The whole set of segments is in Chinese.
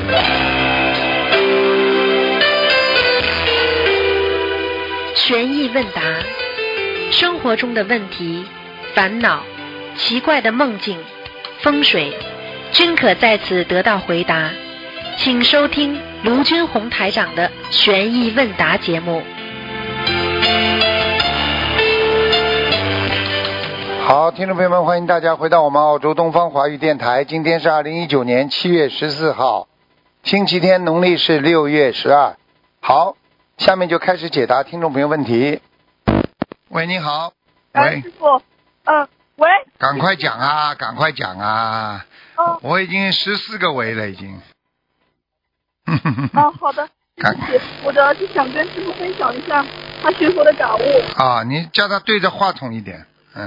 悬疑问答，生活中的问题、烦恼、奇怪的梦境、风水，均可在此得到回答。请收听卢军红台长的悬疑问答节目。 好，听众朋友们，欢迎大家回到我们澳洲东方华语电台。今天是2019年7月14号，星期天，农历是6月12。好，下面就开始解答听众朋友问题。喂，你好。喂， 师傅，喂。 赶快讲啊，赶快讲啊！我已经14个喂了，已经。 好的。对不起，我的就想跟师傅分享一下他学佛的感悟。 啊，你叫他对着话筒一点，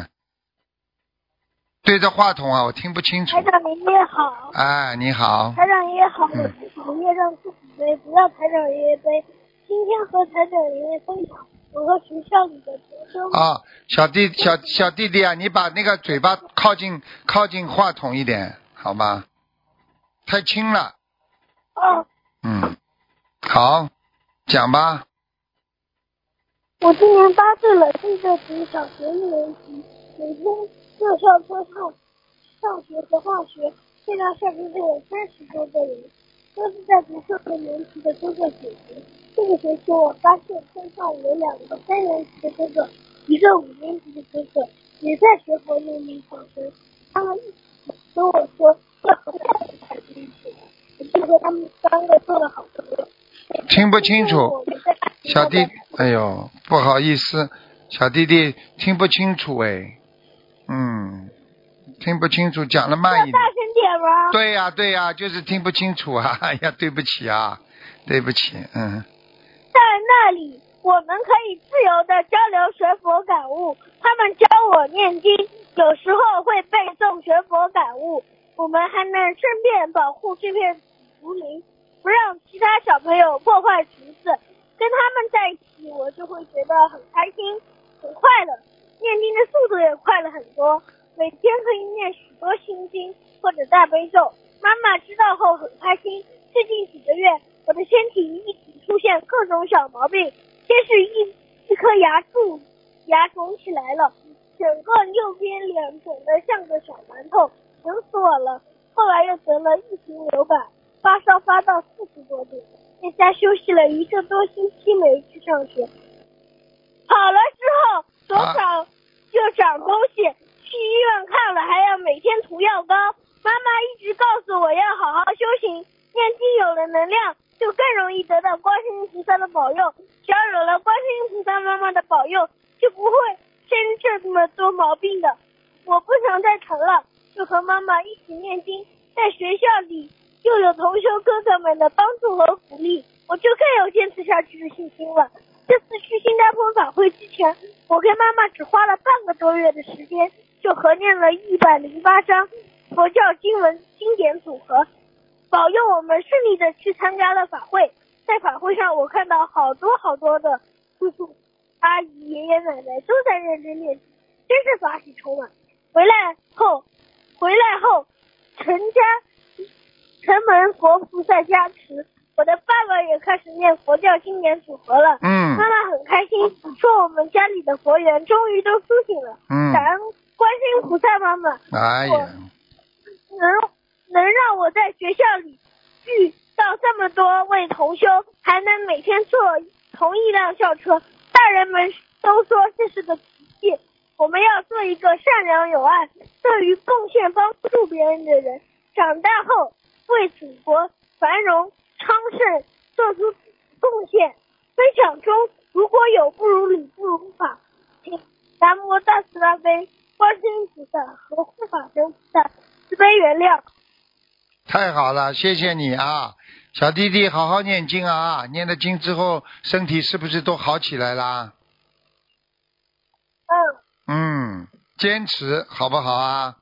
对着话筒啊，我听不清楚。 台长您也好。 哎，你好。 台长爷爷好，我业障自己背，不要台长爷爷背。今天和台长爷爷分享我和学校里的学生。 啊，小弟弟啊，你把那个嘴巴靠近话筒一点，好吗？太轻了。好，讲吧。 我今年8岁了，现在读小学1年级，每天坐校车上学和放学，这辆校车上有30多个人，都是在读6个年级的哥哥姐姐。这个学期我发现车上有2个3年级的哥哥，一个5年级的哥哥，也在学佛念经放生。他们一起跟我说要和太太在一起，我就和他们3个做了好朋友。 听不清楚，小弟，哎呦，不好意思，小弟弟听不清楚哎，听不清楚，讲了慢一点。 大声点吗？ 对呀，就是听不清楚啊，哎呀，对不起啊，对不起， 在那里，我们可以自由地交流学佛感悟，他们教我念经，有时候会背诵学佛感悟，我们还能顺便保护这片竹林，不让其他小朋友破坏竹子。跟他们在一起，我就会觉得很开心，很快乐，念经的速度也快了很多，每天可以念许多心经或者大悲咒。妈妈知道后很开心。最近几个月，我的身体一直出现各种小毛病，先是一颗牙肿起来了，整个右边脸肿得像个小馒头，疼死我了。后来又得了1型流感，发烧发到40多度，在家休息了1个多星期没去上学。好了之后，左手就长东西，去医院看了，还要每天涂药膏。妈妈一直告诉我要好好修行，念经有了能量，就更容易得到观世音菩萨的保佑。只要有了观世音菩萨妈妈的保佑，就不会生这么多毛病的。我不想再疼了，就和妈妈一起念经，在学校里又有同修哥哥们的帮助和鼓励，我就更有坚持下去的信心了。这次去新加坡法会之前，我跟妈妈只花了半个多月的时间，就合念了108张佛教经文经典组合，保佑我们顺利的去参加了法会。在法会上，我看到好多的叔叔阿姨爷爷奶奶都在认真念经，真是法喜充满。回来后城门佛菩萨加持，我的爸爸也开始念佛教经典组合了。妈妈很开心，说我们家里的佛缘终于都苏醒了。感恩观世音菩萨妈妈，能让我在学校里遇到这么多位同修，还能每天坐同一辆校车，大人们都说这是个奇迹。我们要做一个善良有爱、乐于贡献帮助别人的人，长大后为祖国繁荣昌盛做出贡献。分享中如果有不如理不如法，请南无大慈大悲观世音菩萨和护法神菩萨慈悲原谅。 太好了，谢谢你啊，小弟弟，好好念经啊，念了经之后身体是不是都好起来啦？坚持好不好啊？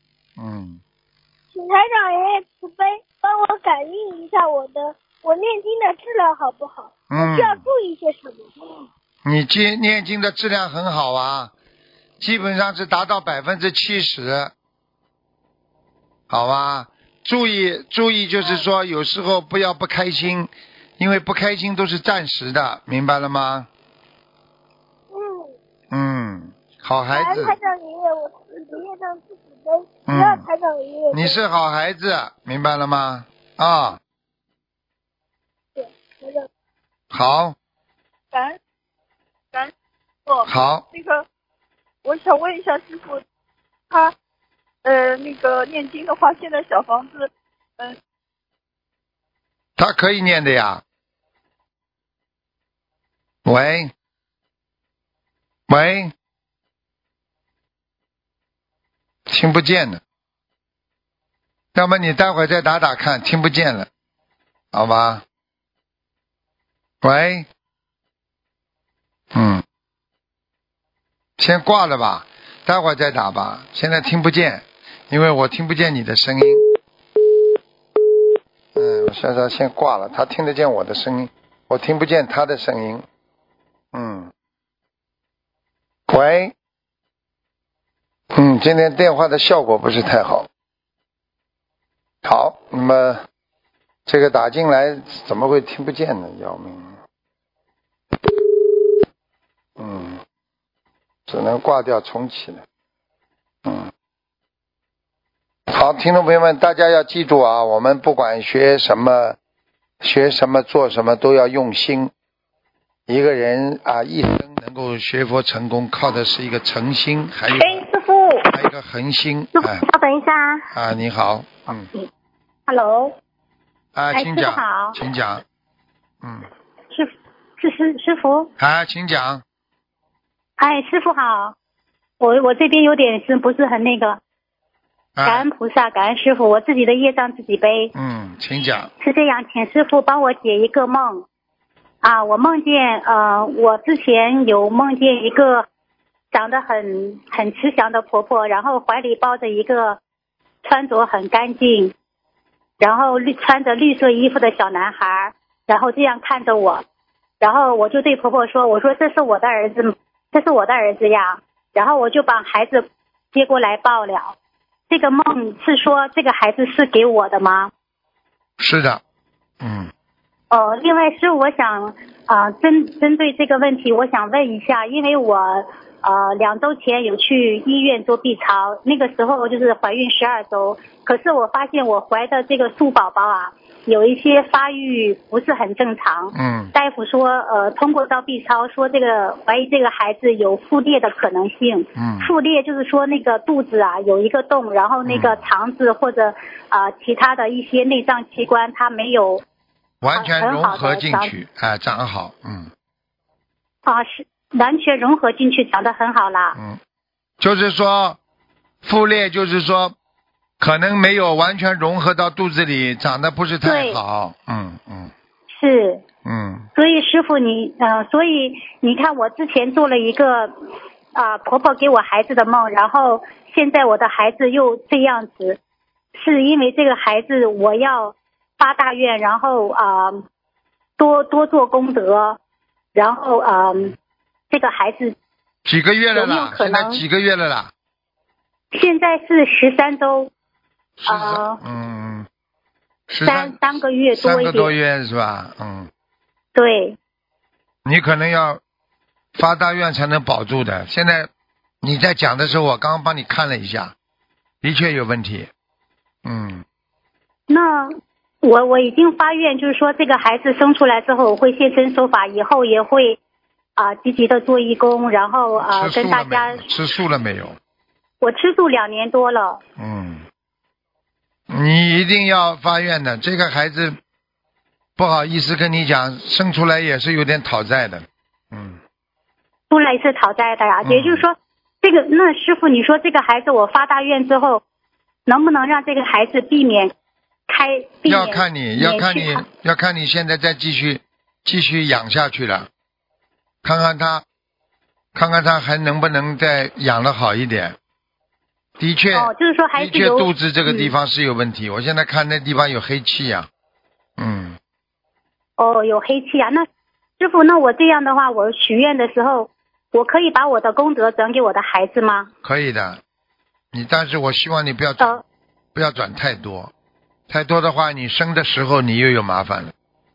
请台长爷爷慈悲帮我感应一下我念经的质量好不好？我需要注意些什么？ 你念经的质量很好啊，基本上是达到70%，好吧？ 注意，就是说有时候不要不开心，因为不开心都是暂时的，明白了吗？好孩子。 台长爷爷，我自己业障自己背，不要台长爷爷。 你是好孩子，明白了吗？啊。 对，台长。 好。 感恩师傅。 好。 那个，我想问一下师傅，他那个念经的话，现在小房子， 他可以念的呀。喂。听不见了，要么你待会儿再打打看，听不见了，好吧？喂，先挂了吧，待会儿再打吧，现在听不见，因为我听不见你的声音。我现在先挂了，他听得见我的声音，我听不见他的声音。喂。今天电话的效果不是太好。好，那么这个打进来怎么会听不见呢？要命。只能挂掉重启了。好，听众朋友们，大家要记住啊，我们不管学什么做什么都要用心。一个人啊，一生能够学佛成功，靠的是一个诚心，还有师傅， 还有一个恒心。 师傅，稍等一下啊，你好。 Hello。 请讲。 师傅好。 请讲。 师傅。 请讲。 师傅好，我这边有点不是很那个。感恩菩萨，感恩师傅，我自己的业障自己背。 请讲。 是这样，请师傅帮我解一个梦。我梦见我之前有梦见一个长得很慈祥的婆婆，然后怀里抱着一个穿着很干净，然后穿着绿色衣服的小男孩，然后这样看着我，然后我就对婆婆说，我说这是我的儿子呀，然后我就把孩子接过来抱了。这个梦是说这个孩子是给我的吗？ 是的。 另外师傅，我想针对这个问题，我想问一下，因为我2周前有去医院做 B 超，那个时候就是怀孕12周，可是我发现我怀的这个素宝宝有一些发育不是很正常。大夫说通过到 B 超说这个怀疑这个孩子有腹裂的可能性。腹裂就是说那个肚子有一个洞，然后那个肠子或者其他的一些内脏器官它没有完全融合进去，长好。 是完全融合进去，长得很好啦。 就是说腹裂，就是说可能没有完全融合到肚子里，长得不是太好。 是。所以师傅所以你看我之前做了一个婆婆给我孩子的梦，然后现在我的孩子又这样子，是因为这个孩子我要发大愿，然后多做功德，然后这个孩子几个月了啦？ 有没有可能现在几个月了啦？ 现在是13周。3个月多一点。3个多月是吧？ 对。 你可能要发大愿才能保住的。现在你在讲的时候，我刚刚帮你看了一下，的确有问题。 那我已经发愿，就是说这个孩子生出来之后，我会现身说法，以后也会积极的做义工，然后跟大家。 吃素了没有？ 我吃素2年多了。 你一定要发愿的。这个孩子不好意思跟你讲，生出来也是有点讨债的。 出来是讨债的呀。也就是说这个，那师傅你说这个孩子我发大愿之后，能不能让这个孩子避免要看你现在再继续养下去了，看看他还能不能再养得好一点。的确， 就是说孩子的确肚子这个地方是有问题。我现在看那地方有黑气呀。 有黑气啊。那师傅，那我这样的话，我许愿的时候，我可以把我的功德转给我的孩子吗？ 可以的，但是我希望你不要转太多， 太多的话，你生的时候你又有麻烦了。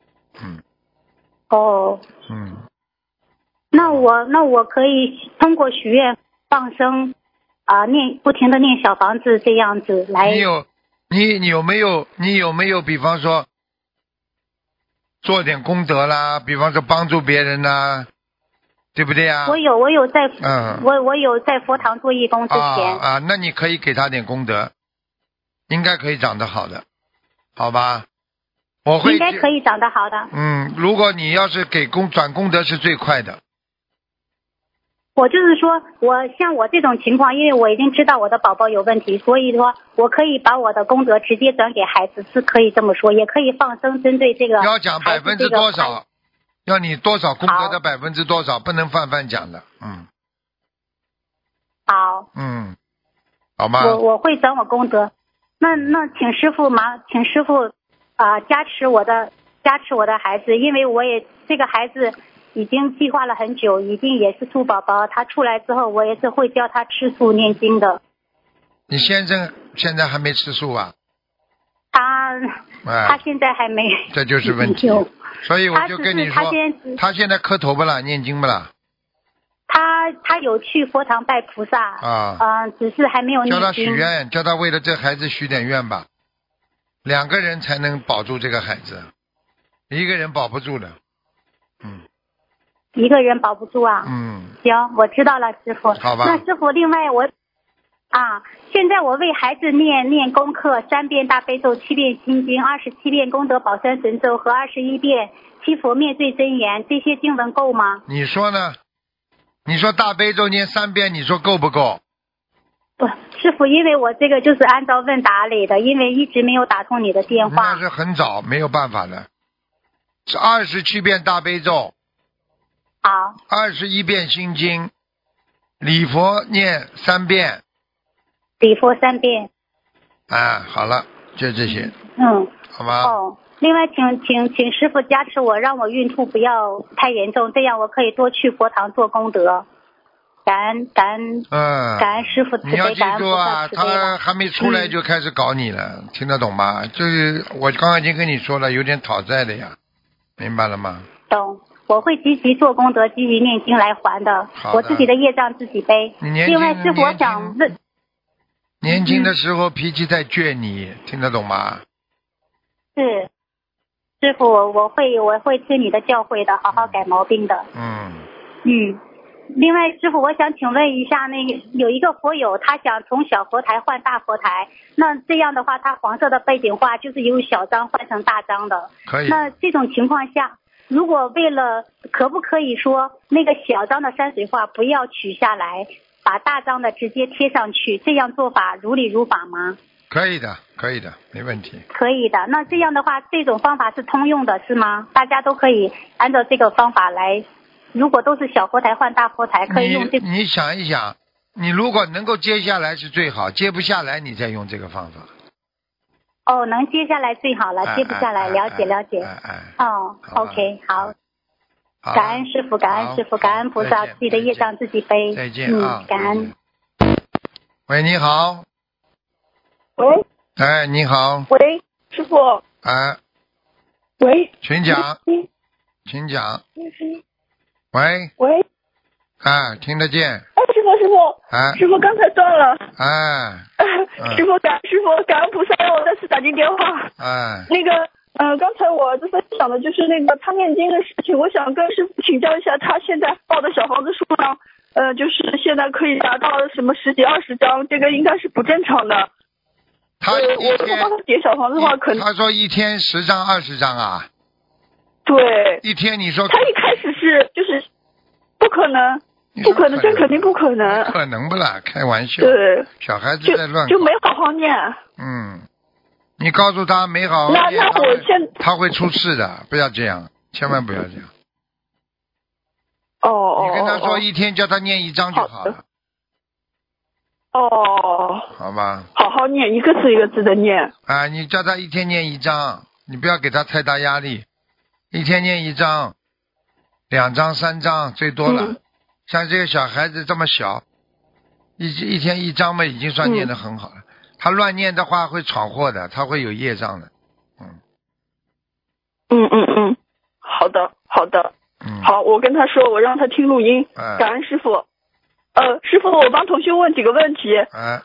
哦。那我可以通过许愿放生不停的念小房子这样子来。 你有没有比方说做点功德啦，比方说帮助别人啦，对不对啊？ 我有在我有在佛堂做义工之前那你可以给他点功德，应该可以长得好的，好吧？应该可以长得好的。 如果你要是给转功德是最快的。 我就是说，像我这种情况，因为我已经知道我的宝宝有问题，所以说我可以把我的功德直接转给孩子，是可以这么说，也可以放生针对这个。 要讲%多少，要你多少功德的%多少，不能泛讲的。 好。 好吗？ 我会转我功德。那请师傅加持我的孩子，因为这个孩子已经计划了很久，已经也是素宝宝，他出来之后我也是会教他吃素念经的。你先生现在还没吃素啊？ 他现在还没。 这就是问题。所以我就跟你说，他现在磕头不啦，念经不啦？ 他有去佛堂拜菩萨只是还没有念经。 叫他许愿，叫他为了这孩子许点愿吧。2个人才能保住这个孩子，一个人保不住的。 一个人保不住啊。行，我知道了，师傅。 好吧。 那师傅，另外现在我为孩子念功课3遍大悲咒，7遍心经，27遍功德宝山神咒和21遍七佛灭罪真言，这些经文够吗？ 你说呢？你说大悲咒念3遍，你说够不够？ 不，师傅，因为我这个就是按照问答里的，因为一直没有打通你的电话。 那是很早，没有办法的。是27遍大悲咒。 好。 21遍心经，礼佛念3遍。 礼佛3遍。 好了，就这些。好吗？ 另外请师傅加持我，让我孕吐不要太严重，这样我可以多去佛堂做功德。感恩师傅慈悲， 你要记住啊，他还没出来就开始搞你了，听得懂吗？就是我刚刚已经跟你说了，有点讨债的呀，明白了吗？ 懂，我会积极做功德，积极念经来还的。我自己的业障自己背。另外师傅，我想问， 年轻的时候脾气太倔，你听得懂吗？ 是，师傅，我会听你的教诲的，好好改毛病的。另外师傅，我想请问一下，有一个佛友，他想从小佛台换大佛台，那这样的话，他黄色的背景画就是由小张换成大张的。 可以。 那这种情况下，如果可不可以说那个小张的山水画不要取下来，把大张的直接贴上去，这样做法如理如法吗？ 可以的，没问题。 可以的，那这样的话，这种方法是通用的，是吗？大家都可以按照这个方法来。如果都是小佛台换大佛台，可以用这个。 你想一想，你如果能够接下来是最好，接不下来你再用这个方法。 能接下来最好了，接不下来，了解。OK， 好。感恩师傅，感恩菩萨，自己的业障自己背。 再见感恩。 喂，你好。 喂。 你好。 喂，师傅。喂。 请讲。喂。听得见。 师傅刚才断了。师傅感恩菩萨让我再次打进电话。刚才我就分享的就是他念经的事情，我想跟师傅请教一下，他现在报的小房子数量，就是现在可以达到什么10几20张，这个应该是不正常的。 我如果帮他叠小房子的话，可能他说一天10张20张啊。 对。 一天你说。 他一开始是就是不可能，这肯定不可能。 可能不啦，开玩笑。 对。 小孩子在乱。 就没好好念。 你告诉他没好好念， 那我他会出事的，不要这样，千万不要这样。你跟他说一天叫他念1张就好了。好吧。 好好念，一个字一个字的念。 你叫他一天念1张，你不要给他太大压力，一天念1张，2张3张最多了。像这个小孩子这么小，一天1张嘛，已经算念得很好了。 他乱念的话会闯祸的，他会有业障的。 好的。好，我跟他说，我让他听录音。感恩师傅。师傅，我帮同修问几个问题。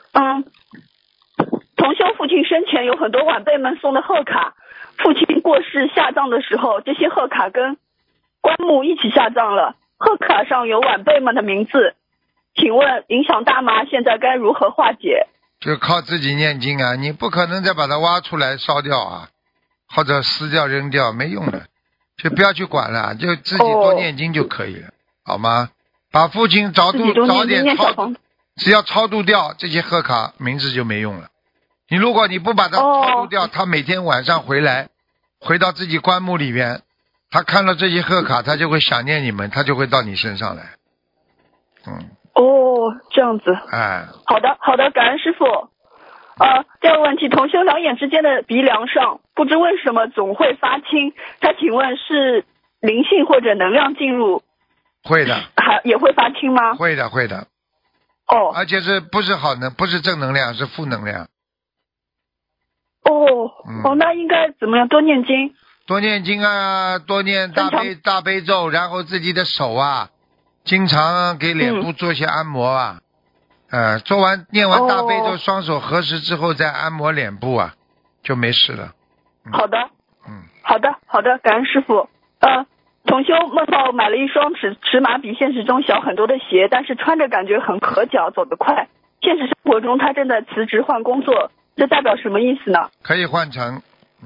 同修父亲生前有很多晚辈们送的贺卡，父亲过世下葬的时候，这些贺卡跟棺木一起下葬了，贺卡上有晚辈们的名字，请问影响大吗？现在该如何化解？ 就靠自己念经啊，你不可能再把它挖出来烧掉啊，或者撕掉扔掉，没用的，就不要去管了，就自己多念经就可以了，好吗？把父亲早点超，只要超度掉这些贺卡，名字就没用了。如果你不把它超度掉，他每天晚上回来，回到自己棺木里边，他看到这些贺卡，他就会想念你们，他就会到你身上来。 这样子。好的，感恩师傅。第二个问题，同修两眼之间的鼻梁上，不知为什么总会发青，他请问是灵性或者能量进入？ 会的。 也会发青吗？ 会的。而且不是好能，不是正能量，是负能量。 那应该怎么样？多念经。 多念经啊，多念大悲咒，然后自己的手啊，经常给脸部做些按摩啊。念完大悲咒，双手合十之后再按摩脸部啊，就没事了。 好的。好的，感恩师傅。同修梦到买了一双尺码比现实中小很多的鞋，但是穿着感觉很合脚，走得快。现实生活中他正在辞职换工作，这代表什么意思呢？ 可以换成。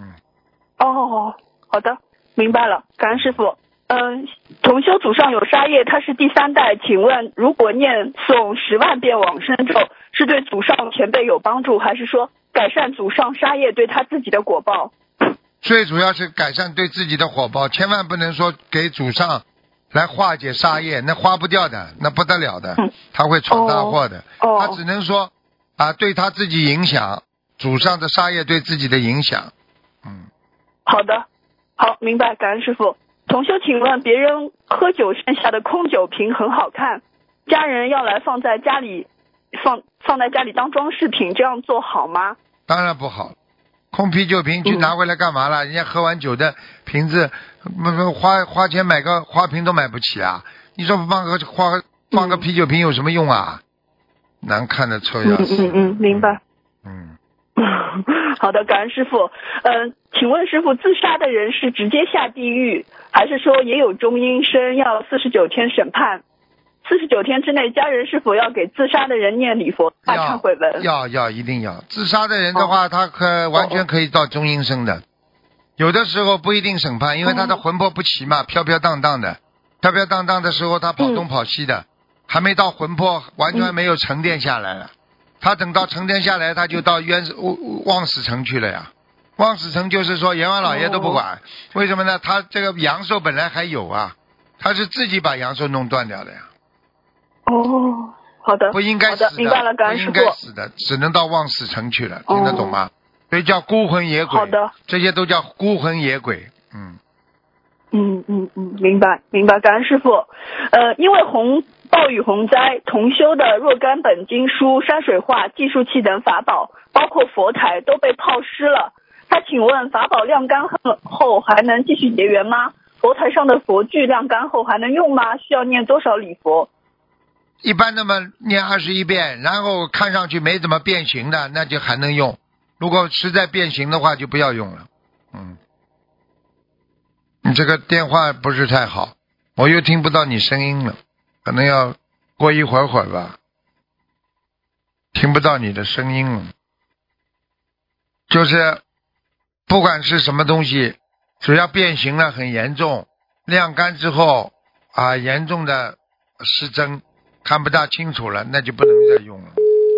好的，明白了，感恩师傅。同修祖上有杀业，他是第3代，请问如果念诵10万遍往生咒，是对祖上前辈有帮助，还是说改善祖上杀业对他自己的果报？ 最主要是改善对自己的果报，千万不能说给祖上来化解杀业，那化不掉的，那不得了的，他会闯大祸的。他只能说对他自己影响，祖上的杀业对自己的影响。 好的，好，明白，感恩师傅。同修，请问别人喝酒剩下的空酒瓶很好看，家人要来放在家里当装饰品，这样做好吗？ 当然不好，空啤酒瓶去拿回来干嘛了？人家喝完酒的瓶子，花钱买个花瓶都买不起啊！你说放个啤酒瓶有什么用啊？难看的臭要死。 明白。好的，感恩师傅。请问师傅，自杀的人是直接下地狱，还是说也有中阴身，要49天审判？49天之内，家人是否要给自杀的人念礼佛、大忏悔文？ 要，一定要。自杀的人的话，他完全可以到中阴身的。有的时候不一定审判，因为他的魂魄不齐嘛，飘飘荡荡的时候，他跑东跑西的，还没到魂魄完全没有沉淀下来了。他等到沉淀下来，他就到枉死城去了呀。枉死城就是说阎王老爷都不管，为什么呢？他这个阳寿本来还有啊，他是自己把阳寿弄断掉的呀。 好的， 不应该死的， 明白了，感恩师傅。 不应该死的，只能到枉死城去了，听得懂吗？所以叫孤魂野鬼。 好的， 这些都叫孤魂野鬼。 明白，感恩师傅。因为暴雨洪灾，同修的若干本经书、山水画、计数器等法宝，包括佛台都被泡湿了。他请问法宝晾干后还能继续结缘吗？佛台上的佛具晾干后还能用吗？需要念多少礼佛？ 一般那么念21遍，然后看上去没怎么变形的，那就还能用。如果实在变形的话，就不要用了。你这个电话不是太好，我又听不到你声音了，可能要过一会儿吧，听不到你的声音了。就是不管是什么东西，只要变形了很严重，晾干之后严重的失真，看不大清楚了，那就不能再用了。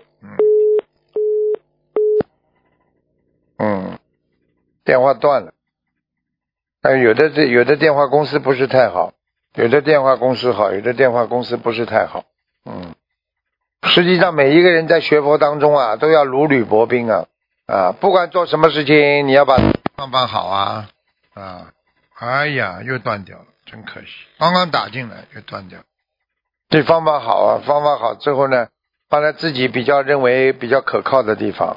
电话断了。但有的电话公司不是太好，有的电话公司好，有的电话公司不是太好。实际上每一个人在学佛当中都要如履薄冰不管做什么事情，你要把放好哎呀，又断掉了，真可惜，刚刚打进来就断掉。这方法好之后呢，放在自己认为比较可靠的地方，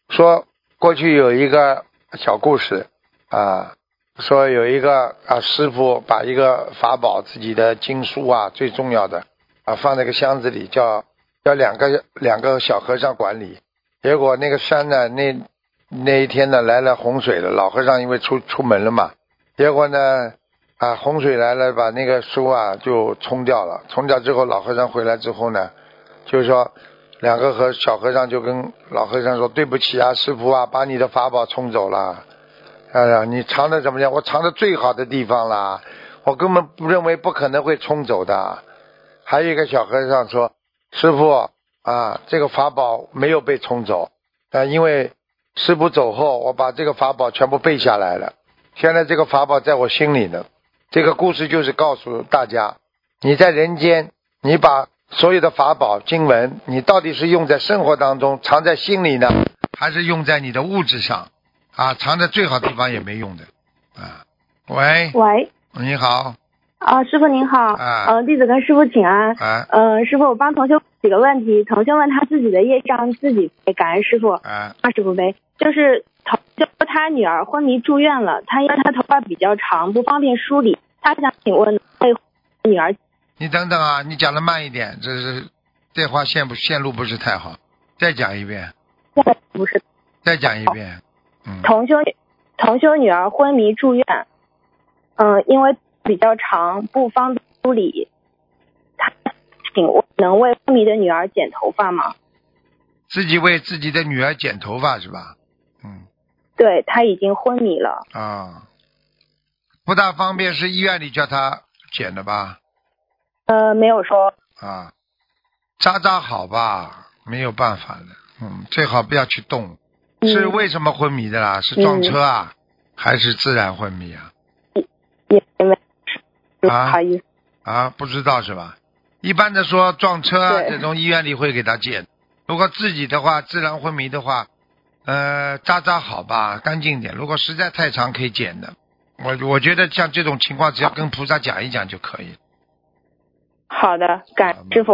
说过去有一个小故事啊，说有一个师傅把一个法宝，自己的经书啊，最重要的放在个箱子里，叫两个小和尚管理。结果那个山呢，那一天呢来了洪水了，老和尚因为出门了嘛，结果呢洪水来了，把那个书啊就冲掉了。冲掉之后，老和尚回来之后呢，就是说两个小和尚就跟老和尚说，对不起啊，师傅啊，把你的法宝冲走了。哎呀，你藏的怎么样？我藏的最好的地方啦，我根本不认为不可能会冲走的。还有一个小和尚说，师傅啊，这个法宝没有被冲走因为师傅走后，我把这个法宝全部背下来了，现在这个法宝在我心里呢。这个故事就是告诉大家，你在人间，你把所有的法宝经文，你到底是用在生活当中，藏在心里呢，还是用在你的物质上藏在最好地方也没用的喂，你好师傅您好弟子跟师傅请安师傅，我帮同修几个问题。同修问他自己的业障自己背，感恩师傅师傅背。就是同修他女儿昏迷住院了，他因为他头发比较长不方便梳理，他想请问女儿。 你等等啊，你讲的慢一点，这是电话线路不是太好，再讲一遍。 不是， 再讲一遍。 同修女儿昏迷住院因为比较长不方便梳理，他请问能为昏迷的女儿剪头发吗？ 自己为自己的女儿剪头发是吧？ 对，她已经昏迷了不大方便，是医院里叫她剪的吧？ 没有说扎好吧，没有办法的最好不要去动是为什么昏迷的啦？是撞车还是自然昏迷也没不好意思不知道是吧？一般的说撞车这种医院里会给他剪，如果自己的话自然昏迷的话扎好吧，干净点。如果实在太长可以剪的，我觉得像这种情况只要跟菩萨讲一讲就可以。 好的，感恩师傅。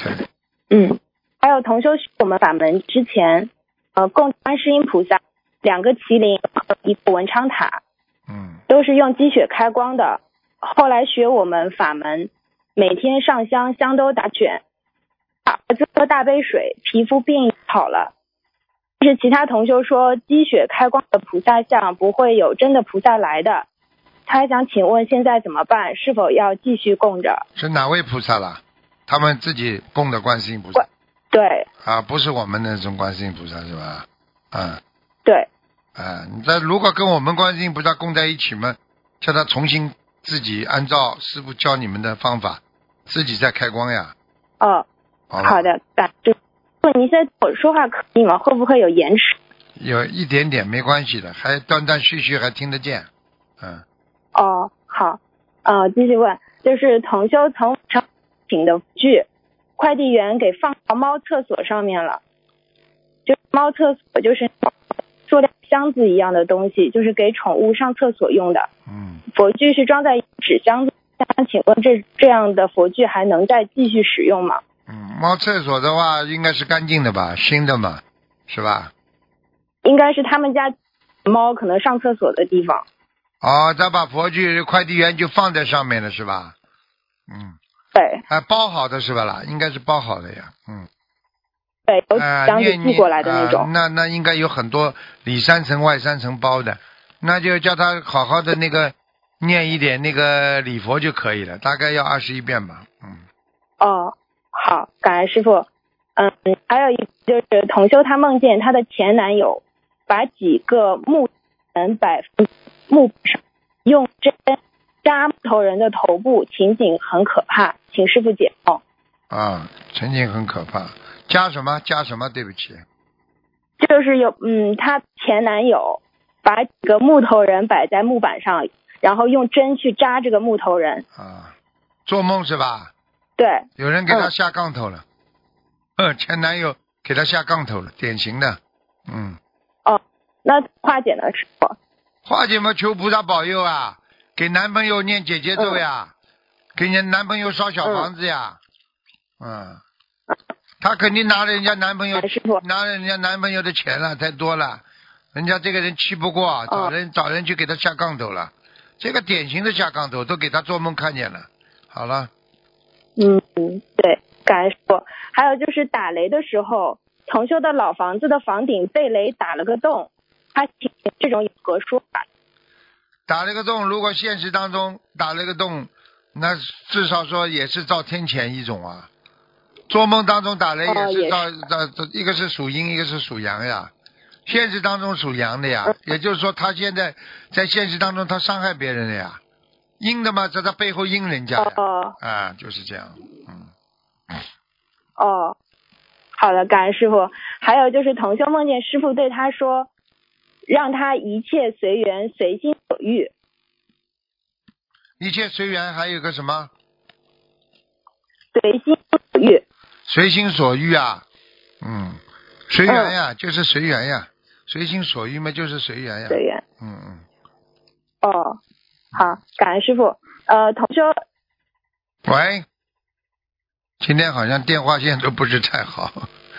OK。 还有同修我们法门之前供观世音菩萨2个麒麟和一个文昌塔都是用鸡血开光的。后来学我们法门，每天上香，香都打卷，儿子喝大杯水，皮肤病好了。但是其他同修说鸡血开光的菩萨像不会有真的菩萨来的，他还想请问现在怎么办？是否要继续供着？ 是哪位菩萨啦？他们自己供的观世音菩萨？ 对不是我们那种观世音菩萨是吧？ 对你这如果跟我们观世音菩萨供在一起嘛，叫他重新自己按照师父教你们的方法自己再开光呀。 好的，感谢。你现在我说话可以吗？会不会有延迟？ 有一点点没关系的，还断断续续还听得见。 好继续问，就是同修从请的具快递员给放到猫厕所上面了，就是猫厕所就是塑料箱子一样的东西，就是给宠物上厕所用的佛具是装在纸箱子。想请问这样的佛具还能再继续使用吗？ 猫厕所的话应该是干净的吧，新的嘛，是吧？ 应该是他们家猫可能上厕所的地方。 他把佛具快递员就放在上面了是吧？ 对。 包好的是吧啦？应该是包好的呀。 对，有箱子寄过来的那种。 那应该有很多里3层外3层包的，那就叫他好好的那个念一点那个礼佛就可以了，大概要21遍吧。 好，感恩师父。还有一个就是同修他梦见他的前男友把几个木人摆木上，用针扎木头人的头部，情景很可怕，请师父解梦。 情景很可怕。加什么？对不起。 就是他前男友把几个木头人摆在木板上，然后用针去扎这个木头人。 做梦是吧？ 对。 有人给他下杠头了。前男友给他下杠头了，典型的。 那化解呢师父？ 化解嘛，求菩萨保佑啊，给男朋友念姐姐咒呀，给你男朋友烧小房子呀。 她肯定拿了人家男朋友的钱了，太多了，人家这个人气不过，找人去给他下杠头了，这个典型的下杠头，都给他做梦看见了。好了。 对，感恩师父。还有就是打雷的时候，同修的老房子的房顶被雷打了个洞，他这种有何说法？ 打了个洞，如果现实当中打了个洞，那至少说也是遭天谴一种啊。做梦当中打雷也是一个是属阴，一个是属阳呀。现实当中属阳的呀，也就是说他现在在现实当中他伤害别人了呀。阴的嘛，在他背后阴人家呀。就是这样。 好的，感恩师父。还有就是同修梦见师父对他说，让他一切随缘，随心所欲。 一切随缘，还有个什么？ 随心所欲。 随心所欲啊，随缘呀，就是随缘呀，随心所欲嘛，就是随缘呀。 随缘。好，感恩师父。同修。 喂，今天好像电话线都不是太好。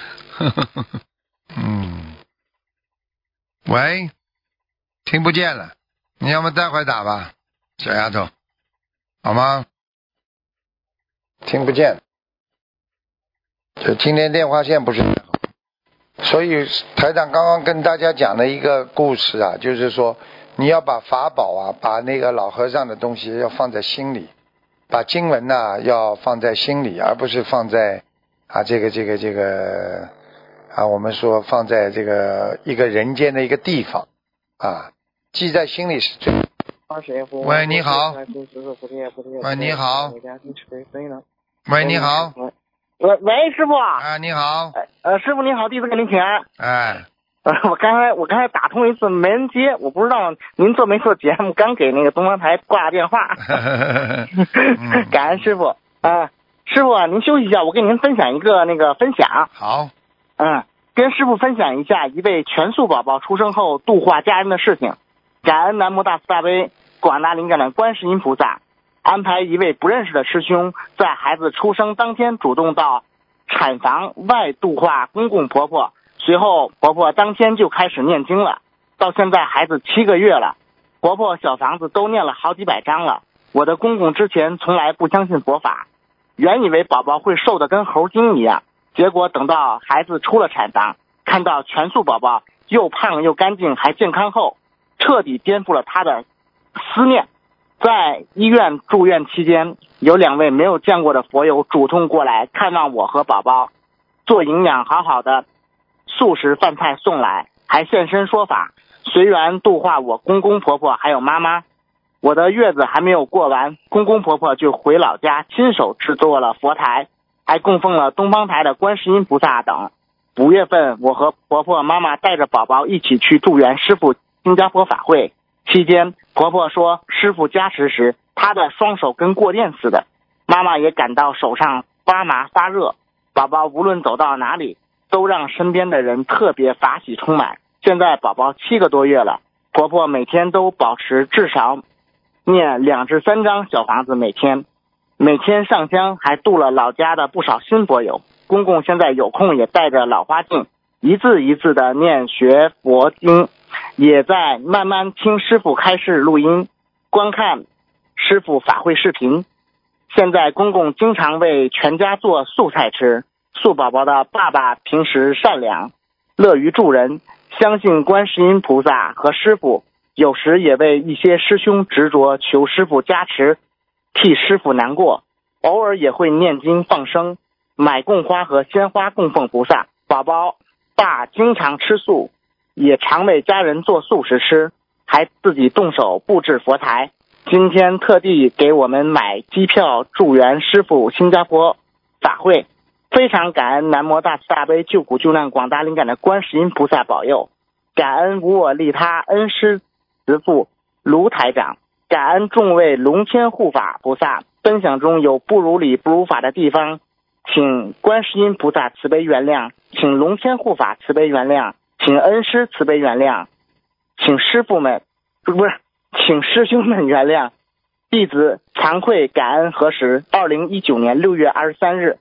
喂，听不见了，你要么待会打吧，小丫头，好吗？听不见，就今天电话线不是太好，所以台长刚刚跟大家讲了一个故事啊，就是说你要把法宝啊，把那个老和尚的东西要放在心里，把经文呢要放在心里，而不是放在这个我们说放在这个一个人间的一个地方记在心里是最。喂，你好。喂，你好。喂，你好。 喂，师傅。 你好。 师傅您好，弟子给您请安。我刚才打通一次没人接，我不知道您做没做节目，刚给那个东方台挂电话。感恩师傅。师傅您休息一下，我给您分享一个那个分享。 好。 跟师傅分享一下一位全素宝宝出生后度化家人的事情。感恩南无大慈大悲广大灵感的观世音菩萨，安排一位不认识的师兄在孩子出生当天主动到产房外度化公公婆婆，随后婆婆当天就开始念经了，到现在孩子7个月了，婆婆小房子都念了好几百张了。我的公公之前从来不相信佛法，原以为宝宝会瘦得跟猴精一样，结果等到孩子出了产房，看到全素宝宝又胖又干净还健康后，彻底颠覆了他的思念。在医院住院期间，有2位没有见过的佛友主动过来看望我和宝宝，做营养好好的素食饭菜送来，还现身说法，随缘度化我公公婆婆还有妈妈。我的月子还没有过完，公公婆婆就回老家亲手制作了佛台，还供奉了东方台的观世音菩萨等。5月份我和婆婆妈妈带着宝宝一起去助缘师父新加坡法会，期间婆婆说师父加持时她的双手跟过电似的，妈妈也感到手上发麻发热，宝宝无论走到哪里都让身边的人特别法喜充满。现在宝宝7个多月了，婆婆每天都保持至少念2至3张小房子，每天上香，还度了老家的不少新佛友。公公现在有空也带着老花镜一字一字的念学佛经，也在慢慢听师父开示录音，观看师父法会视频。现在公公经常为全家做素菜吃。素宝宝的爸爸平时善良，乐于助人，相信观世音菩萨和师父，有时也为一些师兄执着求师父加持，替师父难过，偶尔也会念经放生，买供花和鲜花供奉菩萨。宝宝爸经常吃素，也常为家人做素食吃，还自己动手布置佛台。今天特地给我们买机票助缘师父新加坡法会，非常感恩南无大慈大悲救苦救难广大灵感的观世音菩萨保佑，感恩无我利他恩师慈父卢台长，感恩众位龙天护法菩萨。分享中有不如理不如法的地方，请观世音菩萨慈悲原谅，请龙天护法慈悲原谅，请恩师慈悲原谅，请师父们请师兄们原谅。弟子惭愧感恩核实2019年6月23日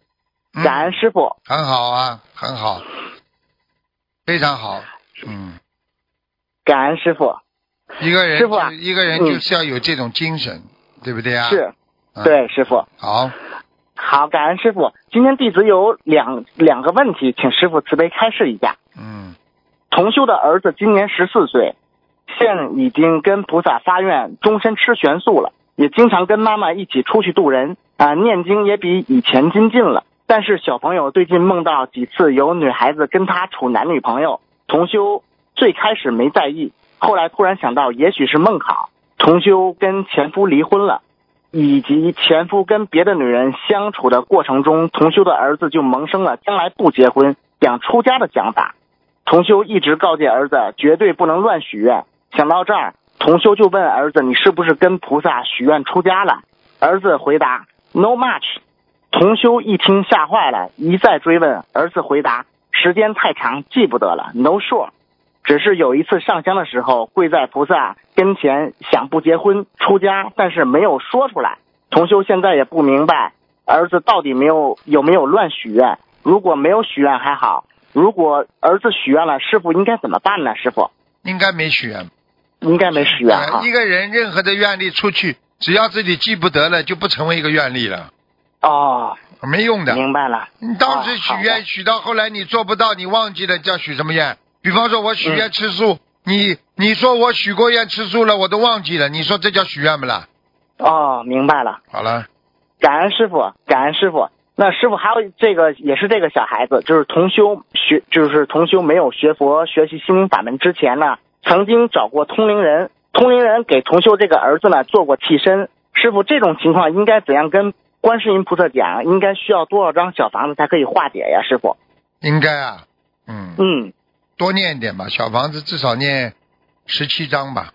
感恩师傅。 很好啊，很好，非常好。 感恩师傅。 一个人师傅啊， 一个人就是要有这种精神，对不对啊？ 是，对，师傅。 好， 感恩师傅。今天弟子有两个问题，请师傅慈悲开示一下。同修的儿子今年14岁，现已经跟菩萨发愿终身吃全素了，也经常跟妈妈一起出去度人念经也比以前精进了。但是小朋友最近梦到几次有女孩子跟他处男女朋友，同修最开始没在意，后来突然想到也许是梦考。同修跟前夫离婚了，以及前夫跟别的女人相处的过程中，同修的儿子就萌生了将来不结婚想出家的想法。同修一直告诫儿子绝对不能乱许愿。想到这儿，同修就问儿子，你是不是跟菩萨许愿出家了？儿子回答 No much。 同修一听吓坏了，一再追问，儿子回答时间太长记不得了 No sure。 只是有一次上香的时候跪在菩萨跟前想不结婚出家，但是没有说出来。同修现在也不明白儿子到底有没有乱许愿，如果没有许愿还好，如果儿子许愿了，师傅应该怎么办呢？师傅应该没许愿。 应该没许愿哈。 一个人任何的愿力出去，只要自己记不得了，就不成为一个愿力了。没用的。 明白了。 你当时许愿许到后来你做不到，你忘记了叫许什么愿？比方说我许愿吃素，你说我许过愿吃素了，我都忘记了，你说这叫许愿不啦？ 明白了。 好了。 感恩师傅，感恩师傅。那师傅还有这个也是这个小孩子，就是同修没有学佛学习心灵法门之前呢，曾经找过通灵人给同修这个儿子呢做过替身。师傅，这种情况应该怎样跟观世音菩萨讲？应该需要多少张小房子才可以化解呀？师傅应该啊多念一点吧，小房子至少念17张吧。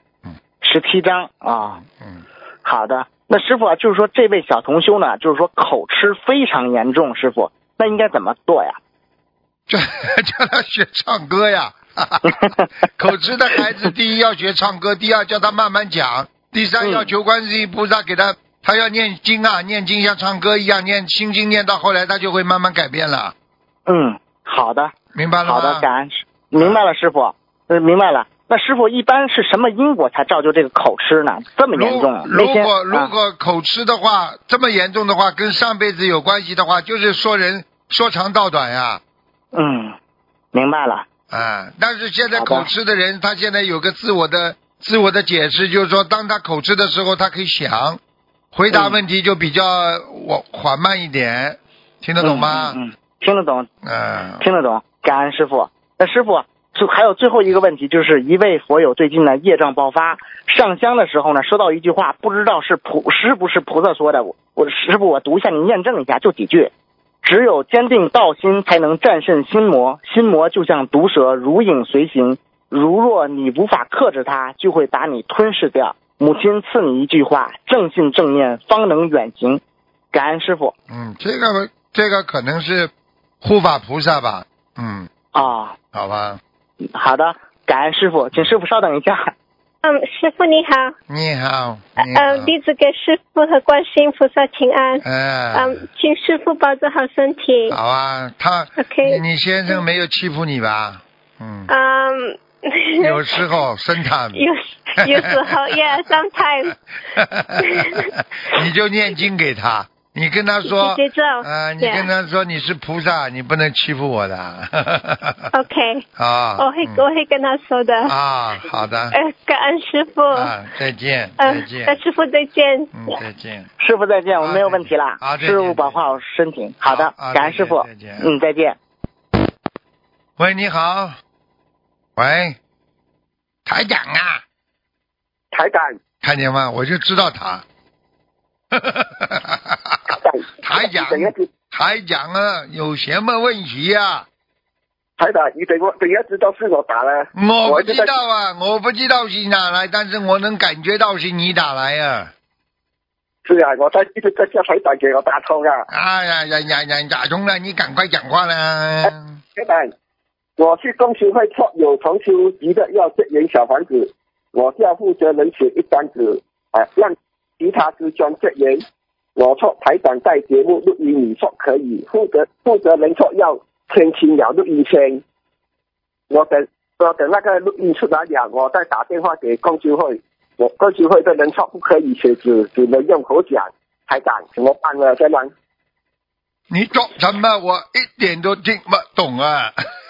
17张好的。那师傅啊，就是说这位小同修呢，就是说口吃非常严重，师傅那应该怎么做呀？ 叫他学唱歌呀。口吃的孩子，第一要学唱歌，第二叫他慢慢讲，第三要求观世音菩萨给他要念经啊，念经像唱歌一样念心经，念到后来他就会慢慢改变了。 好的， 明白了吗？ 好的，感恩明白了师傅。明白了。那师傅一般是什么因果才造就这个口吃呢？这么严重？ 如果口吃的话这么严重的话，跟上辈子有关系的话，就是说人说长道短呀。 明白了。 但是现在口吃的人，他现在有个自我的解释，就是说当他口吃的时候他可以想回答问题就比较缓慢一点，听得懂吗？ 听得懂。听得懂。感恩师傅。那师傅还有最后一个问题，就是一位佛友最近呢业障爆发，上香的时候呢说到一句话，不知道是不是菩萨说的，师傅我读一下，您验证一下，就几句。只有坚定道心才能战胜心魔，心魔就像毒蛇如影随形，如若你无法克制它，就会把你吞噬掉。母亲赐你一句话，正信正念方能远行。感恩师傅。 这个可能是护法菩萨吧。好吧。 好的，感恩师傅，请师傅稍等一下。 师傅你好。 你好。 弟子给师傅和观世音菩萨请安。请师傅保重好身体。 好啊，你先生没有欺负你吧？有时候sometimes。 有时候yeah sometimes。 你就念经给他。你跟他说，你跟他说你是菩萨，你不能欺负我的。 OK。我会跟他说的。 好的。 感恩师傅。 再见。 师傅再见。 再见。 师傅再见，我们没有问题了。师傅保护好身体。好的，感恩师傅。 再见。 再见。 喂，你好。喂，台长啊。 台长。 看见吗？我就知道他。台长啊，有什么问题呀？ 台长，你等一下知道是我打了。 我不知道啊，我不知道是哪来，但是我能感觉到是你打来啊。 是啊，我一直在叫台长给我打通啊。 打通了，你赶快讲话啦。 台长，我去共修会有同修急的要结缘小房子，我叫负责人写一张纸让其他师兄结缘。 我说台长在节目录音，你说可以，负责人说要先清了录音先。我等那个录音出来了，我再打电话给共修会。共修会的人说不可以写字，只能用口讲。台长怎么办呢？这样你说什么？我一点都听不懂啊！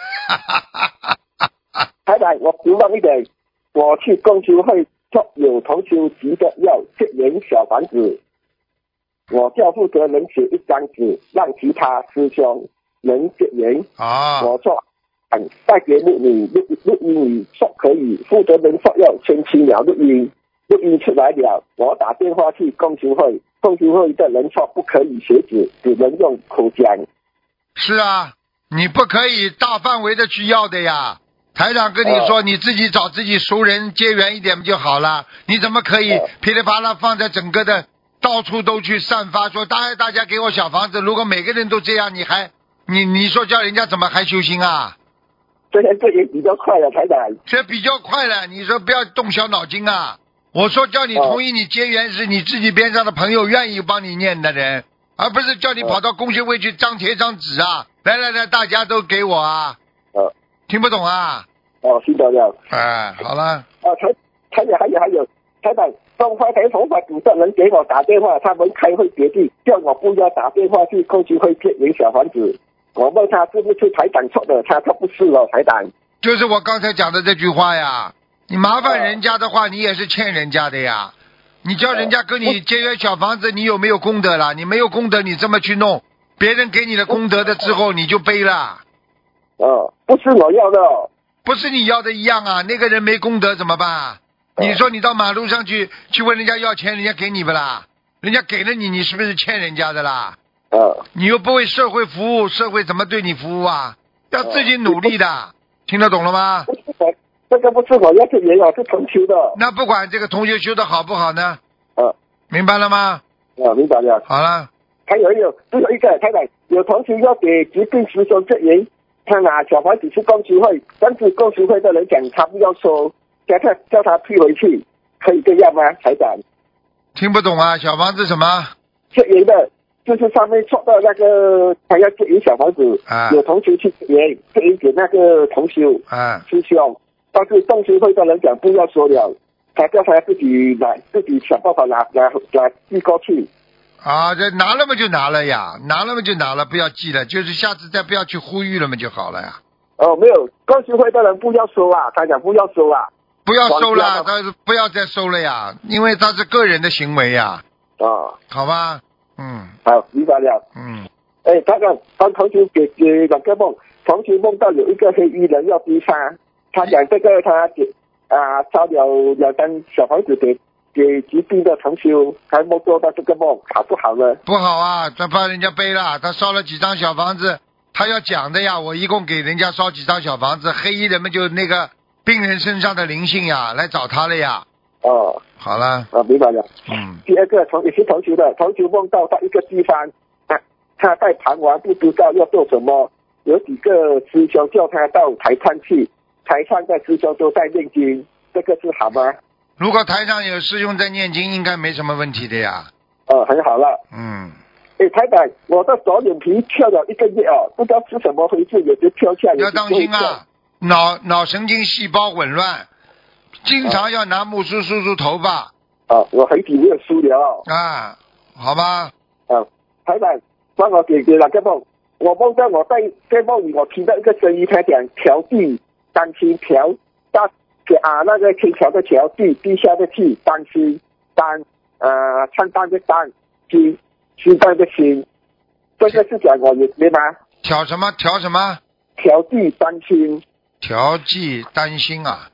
台长，我希望一点，我去共修会说有同修急着要结缘小房子，我叫负责人写一张纸，让其他师兄能结缘。我说在节目里录音，你说可以，负责人说要先清了录音出来了，我打电话去共修会。共修会的人说不可以写纸，只能用口讲。 是啊，你不可以大范围的去要的呀。台长跟你说，你自己找自己熟人结缘一点不就好了？你怎么可以噼里啪啦放在整个的到处都去散发，说大家给我小房子？如果每个人都这样，你说叫人家怎么还修心啊？ 这也比较快了，台长。 这比较快了，你说不要动小脑筋啊！我说叫你同意你结缘是你自己边上的朋友愿意帮你念的人，而不是叫你跑到公学会去张贴张纸啊！来，大家都给我啊！听不懂啊？ 听懂了。 好了。 还有，台长，东方台头发组的人给我打电话，他们开会决定叫我不要打电话去共修会结缘小房子。我问他是不是台长错的，他不是哦，台长。 就是我刚才讲的这句话呀。你麻烦人家的话，你也是欠人家的呀。你叫人家跟你结缘小房子，你有没有功德了？你没有功德，你这么去弄，别人给你的功德的之后，你就背了。 不是我要的。 不是你要的一样啊。那个人没功德怎么办？你说你到马路上去问人家要钱，人家给你不啦？人家给了你，你是不是欠人家的啦？你又不为社会服务，社会怎么对你服务啊？要自己努力的，听得懂了吗？ 这个不是我要结缘是同修的。 那不管这个同学修的好不好呢？明白了吗？ 明白了。 好了。 还有最后一个台长，有同学要给疾病师兄结缘，他拿小房子去共修会，但是共修会的人讲他不要收，叫他退回去，可以这样吗？台长听不懂啊。小房子什么结缘的，就是上面说到那个他要结缘小房子，有同学去结缘给那个同修师兄，但是共修会的人讲不要说了，他叫他自己想办法拿寄过去。 这拿了嘛就拿了呀，拿了嘛就拿了，不要寄了，就是下次再不要去呼吁了嘛就好了呀。 没有，共修会的人不要收啊，他讲不要收啊。 不要收了，他不要再收了呀，因为他是个人的行为呀。好吧。 好，明白了。他讲帮同学给两个梦，同学梦到有一个黑衣人要逼他讲这个他烧了2张小房子给疾病的同修，还没做到这个梦，好不好呢？ 不好啊，他帮人家背了，他烧了几张小房子，他要讲的呀，我一共给人家烧几张小房子，黑衣人们就那个病人身上的灵性呀，来找他了呀。好了。 明白了。第二个也是同修的，同修梦到一个地方，他在盘玩，不知道要做什么，有几个师兄叫他到台上去，台上的师兄都在念经，这个是好吗？ 如果台上有师兄在念经，应该没什么问题的呀。 很好了。台长，我的左眼皮跳了1个月不知道是什么回事，也就跳下来。 要当心啊，脑神经细胞紊乱，经常要拿木梳梳头发。 我很久没有梳了。 好吧。 台长，帮我给那个梦，我梦到我在梦里，我听到一个声音，他讲调地，担心调大那个天桥的桥，地下的地，担心唱单的单，心脏的心，这个是讲我对吗？ 调什么？ 调地担心。 调剂担心啊。